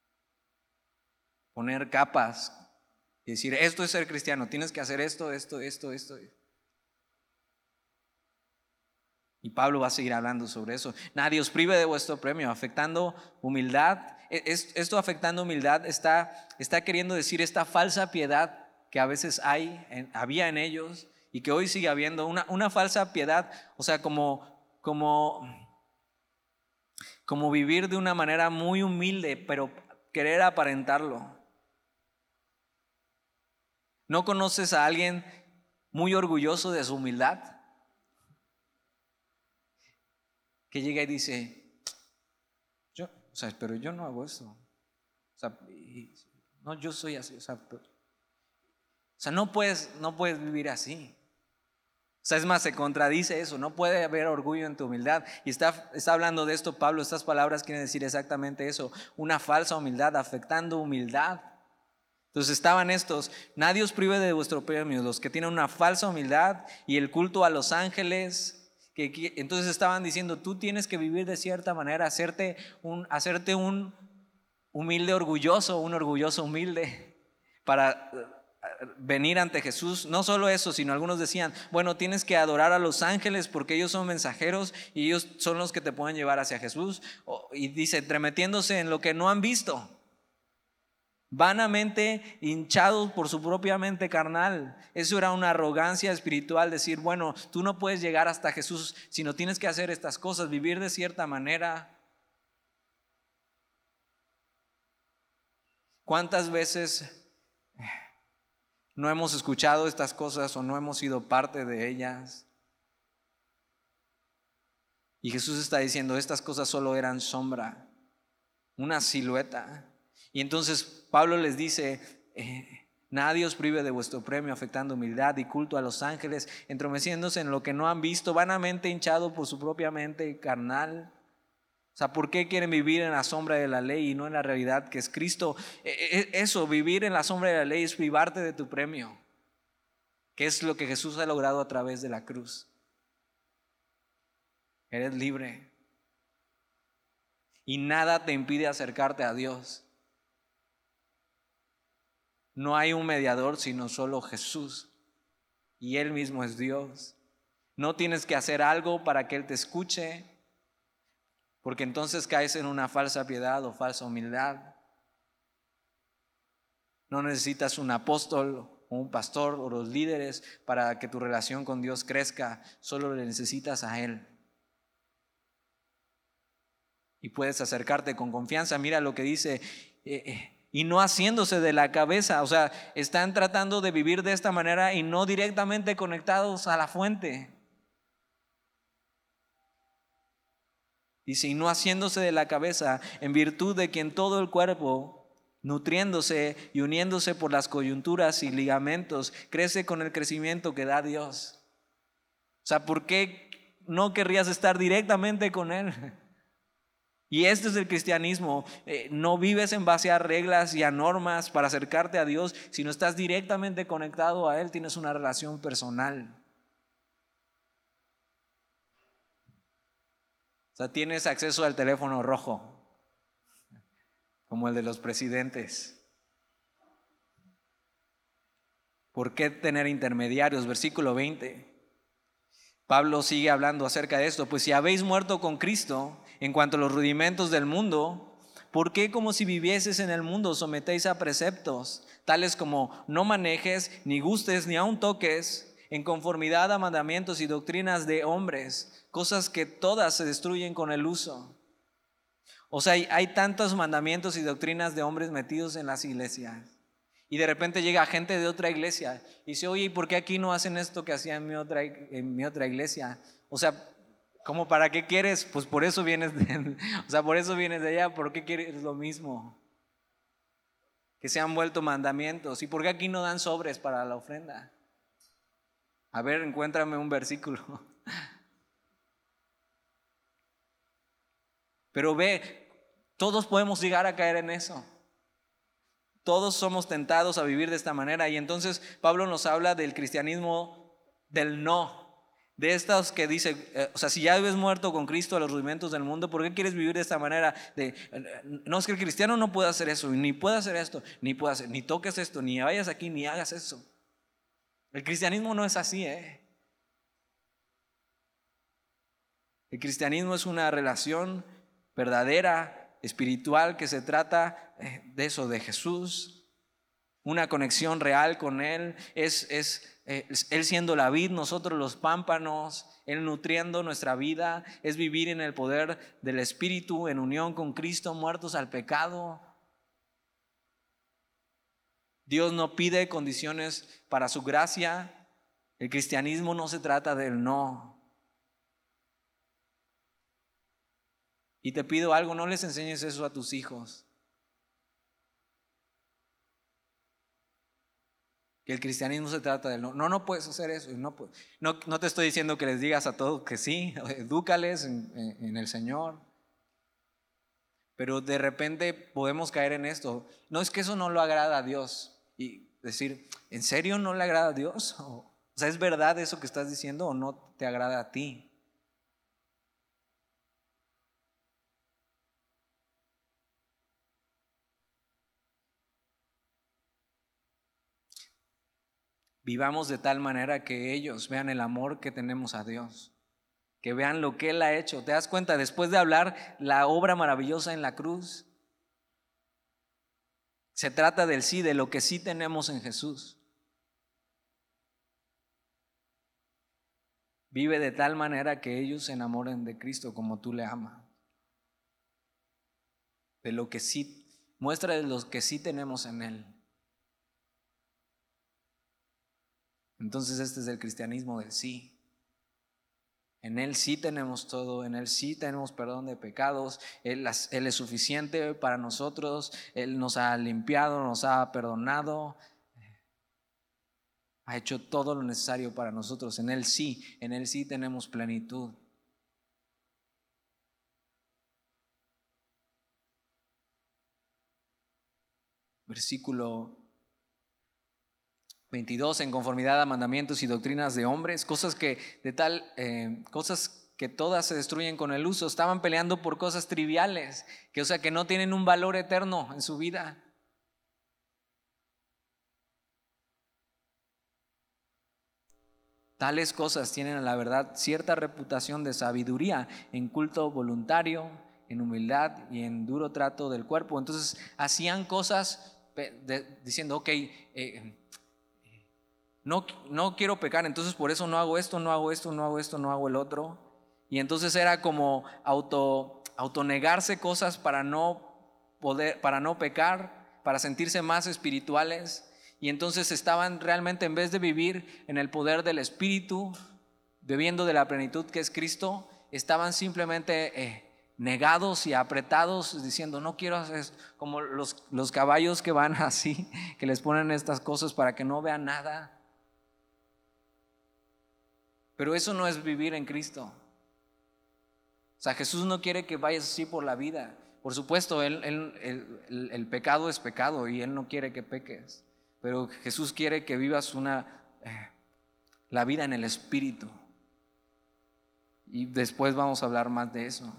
Poner capas y decir, esto es ser cristiano, tienes que hacer esto, esto, esto, esto. Y Pablo va a seguir hablando sobre eso. Nadie os prive de vuestro premio, afectando humildad. Esto afectando humildad está, está queriendo decir esta falsa piedad que a veces hay, había en ellos y que hoy sigue habiendo una, una falsa piedad, o sea, como, como, como vivir de una manera muy humilde, pero querer aparentarlo. ¿No conoces a alguien muy orgulloso de su humildad? Que llega y dice, yo, o sea, pero yo no hago eso. O sea, y, no, yo soy así. O sea, pero, o sea, no puedes, no puedes vivir así. O sea, es más, se contradice eso. No puede haber orgullo en tu humildad. Y está, está hablando de esto Pablo. Estas palabras quieren decir exactamente eso. Una falsa humildad, afectando humildad. Entonces estaban estos, nadie os prive de vuestro premio, los que tienen una falsa humildad y el culto a los ángeles. Que, que, entonces estaban diciendo, tú tienes que vivir de cierta manera, hacerte un, hacerte un humilde orgulloso, un orgulloso humilde para venir ante Jesús. No solo eso, sino algunos decían, bueno, tienes que adorar a los ángeles porque ellos son mensajeros y ellos son los que te pueden llevar hacia Jesús. Y dice, entremetiéndose en lo que no han visto, vanamente hinchados por su propia mente carnal. Eso era una arrogancia espiritual, decir, bueno, tú no puedes llegar hasta Jesús, sino tienes que hacer estas cosas, vivir de cierta manera. ¿Cuántas veces no hemos escuchado estas cosas o no hemos sido parte de ellas? Y Jesús está diciendo, estas cosas solo eran sombra, una silueta. Y entonces Pablo les dice, eh, nadie os prive de vuestro premio, afectando humildad y culto a los ángeles, entromeciéndose en lo que no han visto, vanamente hinchado por su propia mente carnal. O sea, ¿por qué quieren vivir en la sombra de la ley y no en la realidad que es Cristo? Eh, eso, vivir en la sombra de la ley es privarte de tu premio, que es lo que Jesús ha logrado a través de la cruz. Eres libre y nada te impide acercarte a Dios. No hay un mediador sino solo Jesús y Él mismo es Dios. No tienes que hacer algo para que Él te escuche, porque entonces caes en una falsa piedad o falsa humildad. No necesitas un apóstol o un pastor o los líderes para que tu relación con Dios crezca, solo le necesitas a Él. Y puedes acercarte con confianza. Mira lo que dice, eh, eh, y no haciéndose de la cabeza. O sea, están tratando de vivir de esta manera y no directamente conectados a la fuente. Dice, y no haciéndose de la cabeza, en virtud de quien todo el cuerpo, nutriéndose y uniéndose por las coyunturas y ligamentos, crece con el crecimiento que da Dios. O sea, ¿por qué no querrías estar directamente con Él? Y este es el cristianismo. Eh, no vives en base a reglas y a normas para acercarte a Dios, sino estás directamente conectado a Él, tienes una relación personal. O sea, tienes acceso al teléfono rojo, como el de los presidentes. ¿Por qué tener intermediarios? Versículo veinte. Pablo sigue hablando acerca de esto. Pues si habéis muerto con Cristo en cuanto a los rudimentos del mundo, ¿por qué como si vivieses en el mundo sometéis a preceptos tales como no manejes, ni gustes, ni aun toques, en conformidad a mandamientos y doctrinas de hombres, cosas que todas se destruyen con el uso? O sea, hay, hay tantos mandamientos y doctrinas de hombres metidos en las iglesias. Y de repente llega gente de otra iglesia y dice, oye, ¿y por qué aquí no hacen esto que hacía en mi otra, en mi otra iglesia? O sea, ¿cómo para qué quieres? Pues por eso vienes de, o sea, por eso vienes de allá. ¿Por qué quieres lo mismo? Que se han vuelto mandamientos. ¿Y por qué aquí no dan sobres para la ofrenda? A ver, encuéntrame un versículo. Pero ve, todos podemos llegar a caer en eso. Todos somos tentados a vivir de esta manera. Y entonces Pablo nos habla del cristianismo del no. De estos que dice, eh, o sea, si ya habías muerto con Cristo a los rudimentos del mundo, ¿por qué quieres vivir de esta manera? De, eh, no, es que el cristiano no puede hacer eso, ni puede hacer esto, ni puede hacer, ni toques esto, ni vayas aquí, ni hagas eso. El cristianismo no es así, ¿eh? El cristianismo es una relación verdadera, espiritual, que se trata de eso, de Jesús. una conexión real con Él, es, es, es Él siendo la vid, nosotros los pámpanos, Él nutriendo nuestra vida, es vivir en el poder del Espíritu, en unión con Cristo, muertos al pecado. Dios no pide condiciones para su gracia. El cristianismo no se trata del no. Y te pido algo, no les enseñes eso a tus hijos. Que el cristianismo se trata del no. No, no puedes hacer eso. No, no, no te estoy diciendo que les digas a todos que sí. Edúcales en, en, en el Señor. Pero de repente podemos caer en esto. No, es que eso no lo agrada a Dios. Y decir, ¿en serio no le agrada a Dios? O, o sea, ¿es verdad eso que estás diciendo o no te agrada a ti? Vivamos de tal manera que ellos vean el amor que tenemos a Dios, que vean lo que Él ha hecho. ¿Te das cuenta? Después de hablar la obra maravillosa en la cruz, se trata del sí, de lo que sí tenemos en Jesús. Vive de tal manera que ellos se enamoren de Cristo como tú le amas. De lo que sí, muestra de lo que sí tenemos en Él. Entonces este es el cristianismo del sí. En Él sí tenemos todo, en Él sí tenemos perdón de pecados, Él, Él es suficiente para nosotros, Él nos ha limpiado, nos ha perdonado, ha hecho todo lo necesario para nosotros. En Él sí, en Él sí tenemos plenitud. Versículo veintidós, en conformidad a mandamientos y doctrinas de hombres, cosas que de tal, eh, cosas que todas se destruyen con el uso. Estaban peleando por cosas triviales, que o sea que no tienen un valor eterno en su vida. Tales cosas tienen a la verdad cierta reputación de sabiduría en culto voluntario, en humildad y en duro trato del cuerpo. Entonces hacían cosas de, diciendo, ok, eh, No, no quiero pecar, entonces por eso no hago esto, no hago esto, no hago esto, no hago el otro. Y entonces era como auto, autonegarse cosas para no poder, para no pecar, para sentirse más espirituales. Y entonces estaban realmente, en vez de vivir en el poder del Espíritu, bebiendo de la plenitud que es Cristo, estaban simplemente eh, negados y apretados, diciendo, no quiero hacer esto. Como los, los caballos que van así, que les ponen estas cosas para que no vean nada. Pero eso no es vivir en Cristo. O sea, Jesús no quiere que vayas así por la vida. Por supuesto, él, él, él, el, el pecado es pecado y Él no quiere que peques. Pero Jesús quiere que vivas una, eh, la vida en el Espíritu. Y después vamos a hablar más de eso.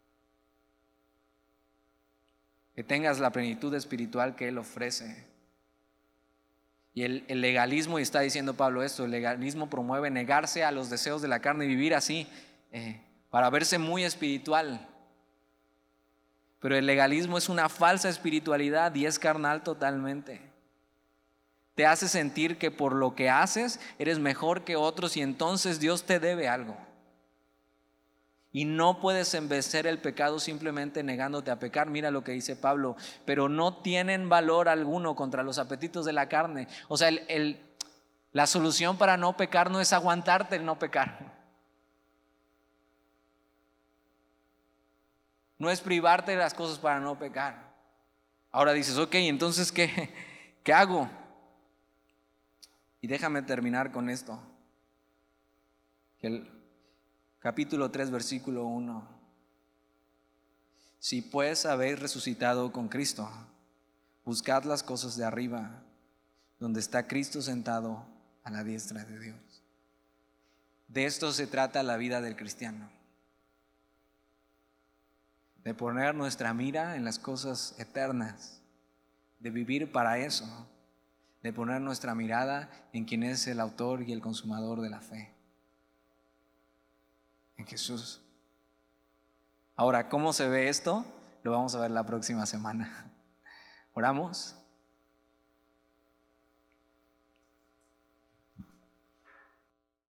Que tengas la plenitud espiritual que Él ofrece. Y el, el legalismo, y está diciendo Pablo esto, el legalismo promueve negarse a los deseos de la carne y vivir así, eh, para verse muy espiritual. Pero el legalismo es una falsa espiritualidad y es carnal totalmente. Te hace sentir que por lo que haces eres mejor que otros y entonces Dios te debe algo. Y no puedes vencer el pecado simplemente negándote a pecar. Mira lo que dice Pablo, pero no tienen valor alguno contra los apetitos de la carne. O sea, el, el, la solución para no pecar no es aguantarte el no pecar. No es privarte de las cosas para no pecar. Ahora dices, ok, entonces ¿qué, qué hago? Y déjame terminar con esto. Que el capítulo tres, versículo uno. Si pues habéis resucitado con Cristo, buscad las cosas de arriba, donde está Cristo sentado a la diestra de Dios. De esto se trata la vida del cristiano. De poner nuestra mira en las cosas eternas, de vivir para eso, de poner nuestra mirada en quien es el autor y el consumador de la fe, en Jesús. Ahora, ¿cómo se ve esto? Lo vamos a ver la próxima semana. ¿Oramos?